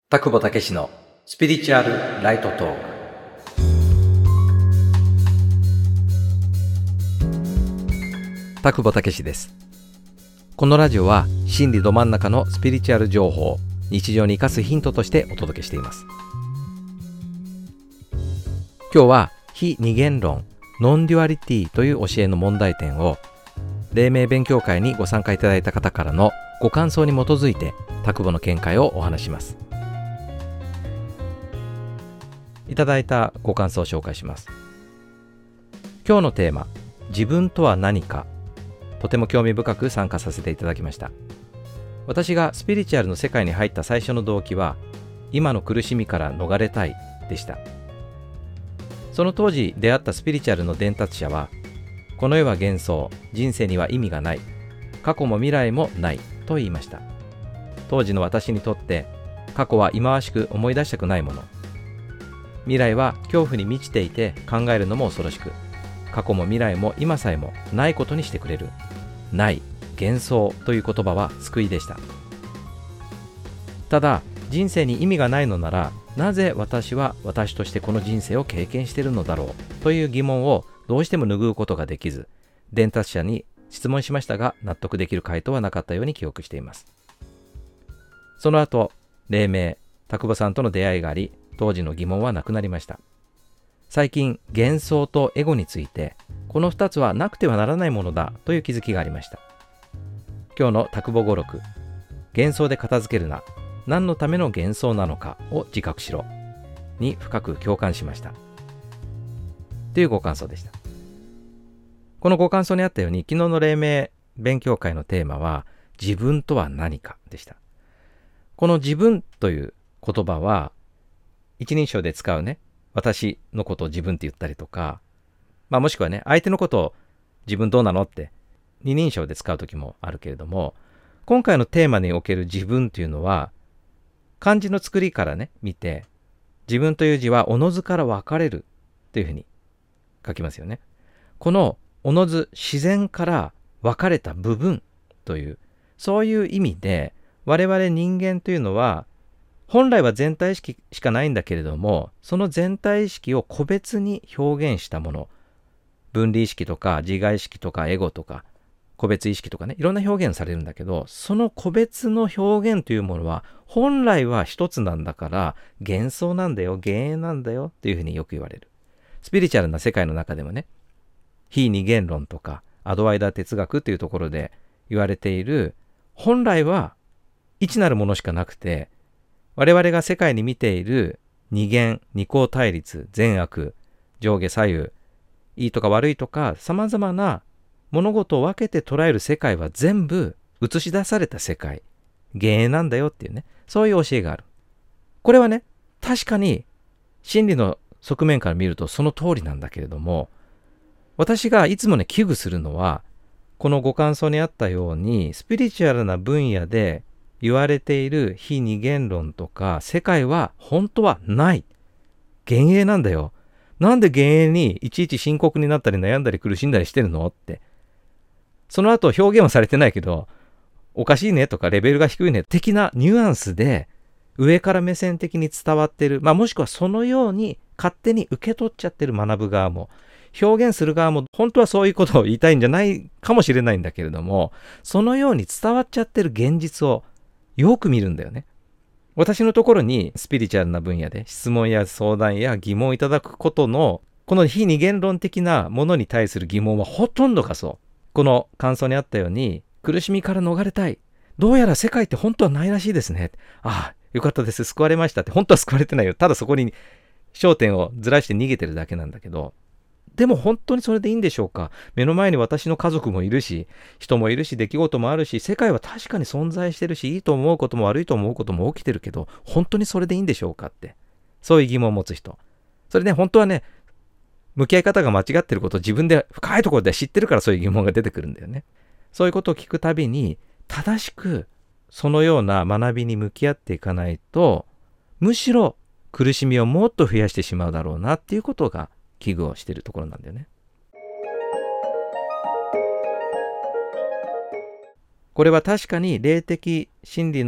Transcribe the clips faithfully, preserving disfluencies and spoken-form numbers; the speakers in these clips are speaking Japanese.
田久保武史のスピリチュアルライトトーク。田久保武史です。このラジオは真理ど真ん中のスピリチュアル情報を日常に生かすヒントとしてお届けしています。今日は非二元論ノンデュアリティという教えの問題点を黎明勉強会にご参加いただいた方からのご感想に基づいて田久保の見解をお話します。いただいたご感想を紹介します。今日のテーマ、自分とは何か、とても興味深く参加させていただきました。私がスピリチュアルの世界に入った最初の動機は、今の苦しみから逃れたいでした。その当時出会ったスピリチュアルの伝達者は、この世は幻想、人生には意味がない、過去も未来もないと言いました。当時の私にとって、過去は忌まわしく思い出したくないもの。未来は恐怖に満ちていて考えるのも恐ろしく、過去も未来も今さえもないことにしてくれる。ない、幻想という言葉は救いでした。ただ、人生に意味がないのなら、なぜ私は私としてこの人生を経験しているのだろうという疑問をどうしても拭うことができず、伝達者に質問しましたが、納得できる回答はなかったように記憶しています。その後、黎明、田久保さんとの出会いがあり、当時の疑問はなくなりました。最近、幻想とエゴについて、この二つはなくてはならないものだという気づきがありました。今日の田久保語録、幻想で片付けるな、何のための幻想なのかを自覚しろに深く共感しました。というご感想でした。このご感想にあったように、昨日の黎明勉強会のテーマは、自分とは何かでした。この自分という言葉は、一人称で使うね、私のことを自分って言ったりとか、まあもしくはね、相手のことを自分どうなのって二人称で使う時もあるけれども、今回のテーマにおける自分というのは、漢字の作りからね、見て、自分という字はおのずから分かれるというふうに書きますよね。このおのず、自然から分かれた部分という、そういう意味で、我々人間というのは、本来は全体意識しかないんだけれども、その全体意識を個別に表現したもの、分離意識とか自我意識とかエゴとか個別意識とかね、いろんな表現されるんだけど、その個別の表現というものは本来は一つなんだから、幻想なんだよ、幻影なんだよっていうふうによく言われる。スピリチュアルな世界の中でもね、非二元論とかアドワイダー哲学というところで言われている、本来は一なるものしかなくて、我々が世界に見ている二元、二項対立、善悪、上下左右、いいとか悪いとか様々な物事を分けて捉える世界は全部映し出された世界、幻影なんだよっていうね、そういう教えがある。これはね、確かに真理の側面から見るとその通りなんだけれども、私がいつもね、危惧するのは、このご感想にあったように、スピリチュアルな分野で言われている非二元論とか世界は本当はない。幻影なんだよ。なんで幻影にいちいち深刻になったり悩んだり苦しんだりしてるのって。その後表現はされてないけど、おかしいねとかレベルが低いね的なニュアンスで上から目線的に伝わってる。まあもしくはそのように勝手に受け取っちゃってる学ぶ側も、表現する側も本当はそういうことを言いたいんじゃないかもしれないんだけれども、そのように伝わっちゃってる現実をよく見るんだよね。私のところにスピリチュアルな分野で質問や相談や疑問をいただくことの、この非二元論的なものに対する疑問はほとんどがそう。この感想にあったように、苦しみから逃れたい。どうやら世界って本当はないらしいですね。ああ、よかったです。救われましたって。本当は救われてないよ。ただそこに焦点をずらして逃げてるだけなんだけど、でも本当にそれでいいんでしょうか。目の前に私の家族もいるし、人もいるし、出来事もあるし、世界は確かに存在してるし、いいと思うことも悪いと思うことも起きてるけど、本当にそれでいいんでしょうかって。そういう疑問を持つ人。それね、本当はね、向き合い方が間違ってることを自分で深いところで知ってるからそういう疑問が出てくるんだよね。そういうことを聞くたびに、正しくそのような学びに向き合っていかないと、むしろ苦しみをもっと増やしてしまうだろうなっていうことが、危惧をしているところなんだよね。これは確かに霊的真理の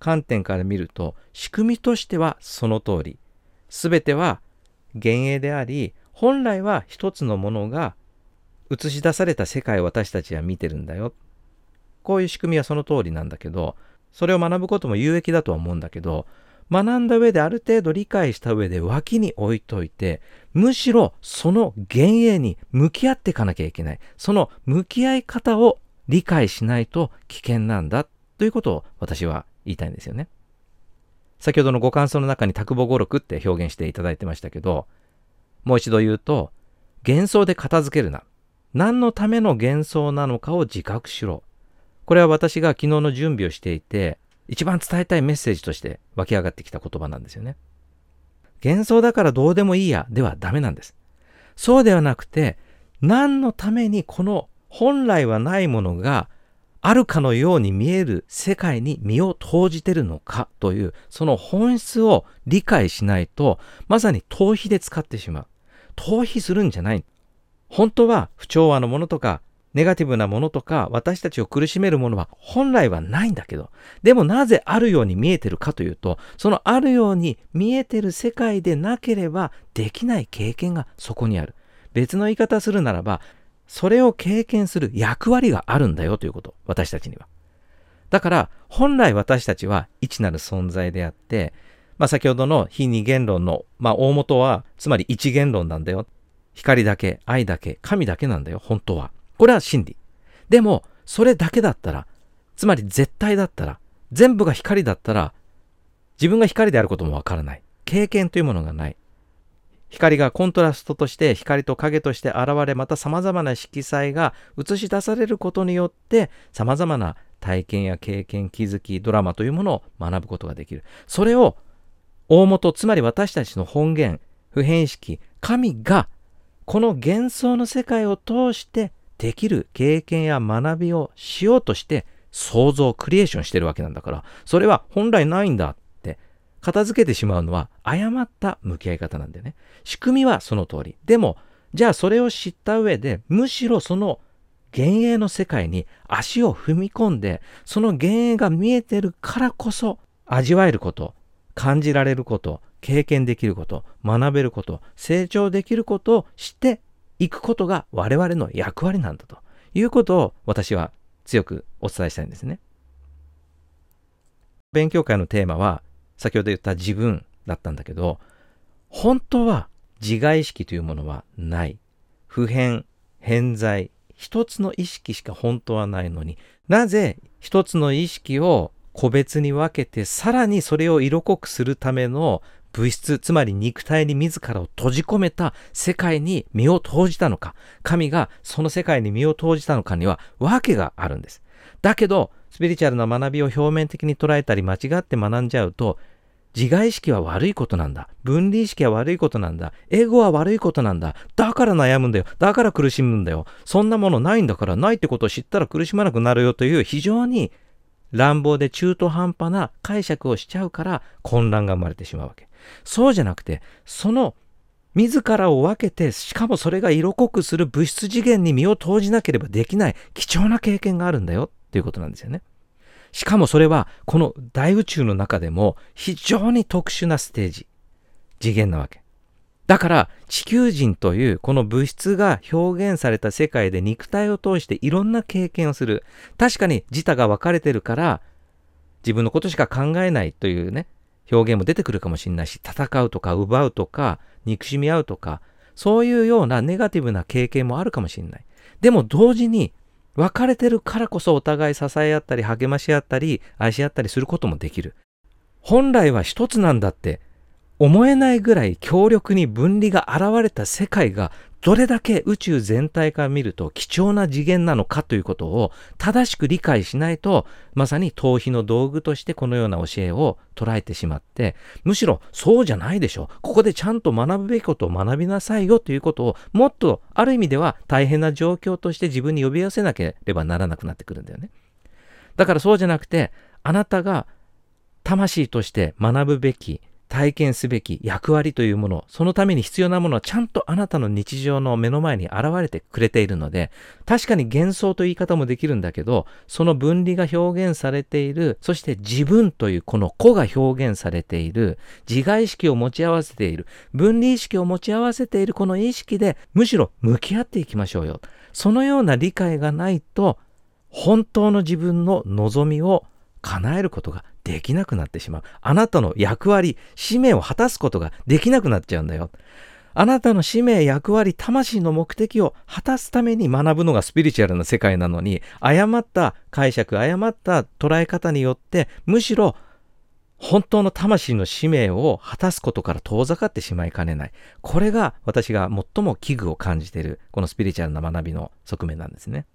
観点から見ると、仕組みとしてはその通り。すべては幻影であり、本来は一つのものが映し出された世界を私たちは見てるんだよ。こういう仕組みはその通りなんだけど、それを学ぶことも有益だとは思うんだけど、学んだ上である程度理解した上で脇に置いといて、むしろその幻影に向き合っていかなきゃいけない。その向き合い方を理解しないと危険なんだということを私は言いたいんですよね。先ほどのご感想の中に卓母語録って表現していただいてましたけど、もう一度言うと、幻想で片付けるな。何のための幻想なのかを自覚しろ。これは私が昨日の準備をしていて、一番伝えたいメッセージとして湧き上がってきた言葉なんですよね。幻想だからどうでもいいやではダメなんです。そうではなくて、何のためにこの本来はないものがあるかのように見える世界に身を投じてるのかという、その本質を理解しないと、まさに逃避で使ってしまう。逃避するんじゃない。本当は不調和のものとか、ネガティブなものとか、私たちを苦しめるものは本来はないんだけど、でもなぜあるように見えてるかというと、そのあるように見えてる世界でなければできない経験がそこにある。別の言い方するならば、それを経験する役割があるんだよということ、私たちには。だから本来私たちは一なる存在であって、まあ、先ほどの非二元論の、まあ、大元はつまり一元論なんだよ。光だけ、愛だけ、神だけなんだよ、本当は。これは真理。でもそれだけだったら、つまり絶対だったら、全部が光だったら、自分が光であることもわからない。経験というものがない。光がコントラストとして光と影として現れ、また様々な色彩が映し出されることによって様々な体験や経験、気づき、ドラマというものを学ぶことができる。それを大元、つまり私たちの本源、普遍意識、神がこの幻想の世界を通してできる経験や学びをしようとして創造、クリエーションしてるわけなんだから、それは本来ないんだって片付けてしまうのは誤った向き合い方なんだよね。仕組みはその通り。でも、じゃあそれを知った上で、むしろその幻影の世界に足を踏み込んで、その幻影が見えてるからこそ味わえること、感じられること、経験できること、学べること、成長できることをしていくことが我々の役割なんだということを私は強くお伝えしたいんですね。勉強会のテーマは先ほど言った自分だったんだけど、本当は自我意識というものはない。普遍、偏在、一つの意識しか本当はないのに、なぜ一つの意識を個別に分けて、さらにそれを色濃くするための物質、つまり肉体に自らを閉じ込めた世界に身を投じたのか、神がその世界に身を投じたのかには訳があるんです。だけど、スピリチュアルな学びを表面的に捉えたり間違って学んじゃうと、自我意識は悪いことなんだ。分離意識は悪いことなんだ。エゴは悪いことなんだ。だから悩むんだよ。だから苦しむんだよ。そんなものないんだから、ないってことを知ったら苦しまなくなるよという非常に乱暴で中途半端な解釈をしちゃうから混乱が生まれてしまうわけ。そうじゃなくて、その自らを分けて、しかもそれが色濃くする物質次元に身を投じなければできない貴重な経験があるんだよっていうことなんですよね。しかもそれはこの大宇宙の中でも非常に特殊なステージ、次元なわけ。だから地球人というこの物質が表現された世界で肉体を通していろんな経験をする。確かに自他が分かれてるから自分のことしか考えないというね、表現も出てくるかもしれないし、戦うとか奪うとか憎しみ合うとか、そういうようなネガティブな経験もあるかもしれない。でも同時に分かれてるからこそお互い支え合ったり励まし合ったり愛し合ったりすることもできる。本来は一つなんだって思えないぐらい強力に分離が現れた世界がどれだけ宇宙全体から見ると貴重な次元なのかということを正しく理解しないと、まさに逃避の道具としてこのような教えを捉えてしまって、むしろそうじゃないでしょ、ここでちゃんと学ぶべきことを学びなさいよということをもっとある意味では大変な状況として自分に呼び寄せなければならなくなってくるんだよね。だからそうじゃなくて、あなたが魂として学ぶべき体験すべき役割というもの、そのために必要なものはちゃんとあなたの日常の目の前に現れてくれているので、確かに幻想という言い方もできるんだけど、その分離が表現されている、そして自分というこの個が表現されている、自我意識を持ち合わせている、分離意識を持ち合わせているこの意識で、むしろ向き合っていきましょうよ。そのような理解がないと、本当の自分の望みを叶えることができなくなってしまう。あなたの役割、使命を果たすことができなくなっちゃうんだよ。あなたの使命、役割、魂の目的を果たすために学ぶのがスピリチュアルな世界なのに、誤った解釈、誤った捉え方によって、むしろ本当の魂の使命を果たすことから遠ざかってしまいかねない。これが私が最も危惧を感じている、このスピリチュアルな学びの側面なんですね。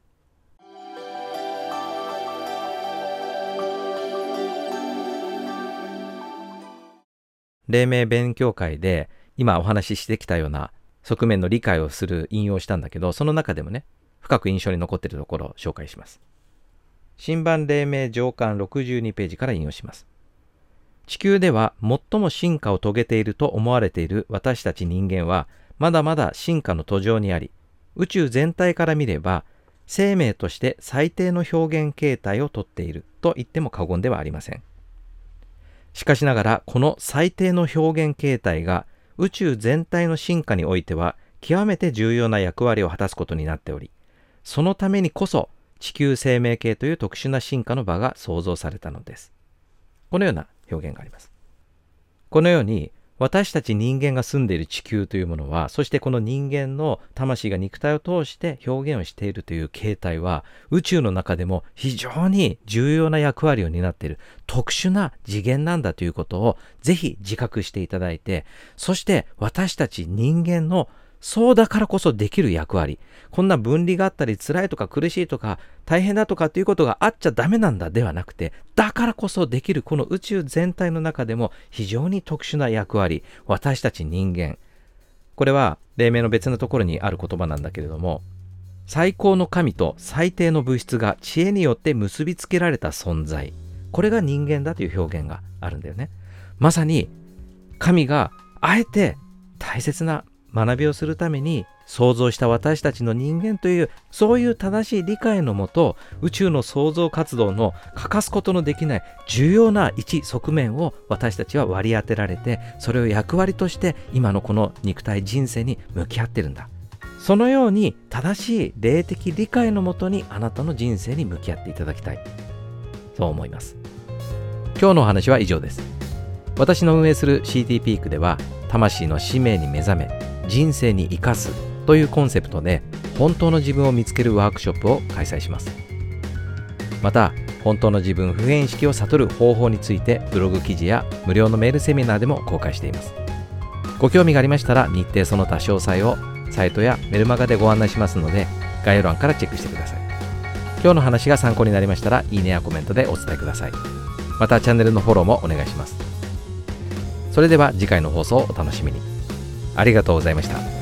黎明勉強会で今お話ししてきたような側面の理解をする引用をしたんだけど、その中でもね、深く印象に残っているところを紹介します。新版黎明上巻ろくじゅうにページから引用します。地球では最も進化を遂げていると思われている私たち人間は、まだまだ進化の途上にあり、宇宙全体から見れば生命として最低の表現形態をとっていると言っても過言ではありません。しかしながら、この最低の表現形態が宇宙全体の進化においては極めて重要な役割を果たすことになっており、そのためにこそ地球生命系という特殊な進化の場が創造されたのです。このような表現があります。このように私たち人間が住んでいる地球というものは、そしてこの人間の魂が肉体を通して表現をしているという形態は、宇宙の中でも非常に重要な役割を担っている特殊な次元なんだということをぜひ自覚していただいて、そして私たち人間のそうだからこそできる役割、こんな分離があったり辛いとか苦しいとか大変だとかっていうことがあっちゃダメなんだではなくて、だからこそできるこの宇宙全体の中でも非常に特殊な役割、私たち人間、これは黎明の別のところにある言葉なんだけれども、最高の神と最低の物質が知恵によって結びつけられた存在、これが人間だという表現があるんだよね。まさに神があえて大切な学びをするために創造した私たちの人間という、そういう正しい理解のもと、宇宙の創造活動の欠かすことのできない重要な一側面を私たちは割り当てられて、それを役割として今のこの肉体人生に向き合ってるんだ。そのように正しい霊的理解のもとにあなたの人生に向き合っていただきたい、そう思います。今日のお話は以上です。私の運営する シーティー ピークでは、魂の使命に目覚め人生に生かすというコンセプトで本当の自分を見つけるワークショップを開催します。また、本当の自分普遍意識を悟る方法についてブログ記事や無料のメールセミナーでも公開しています。ご興味がありましたら、日程その他詳細をサイトやメルマガでご案内しますので、概要欄からチェックしてください。今日の話が参考になりましたら、いいねやコメントでお伝えください。またチャンネルのフォローもお願いします。それでは次回の放送をお楽しみに。ありがとうございました。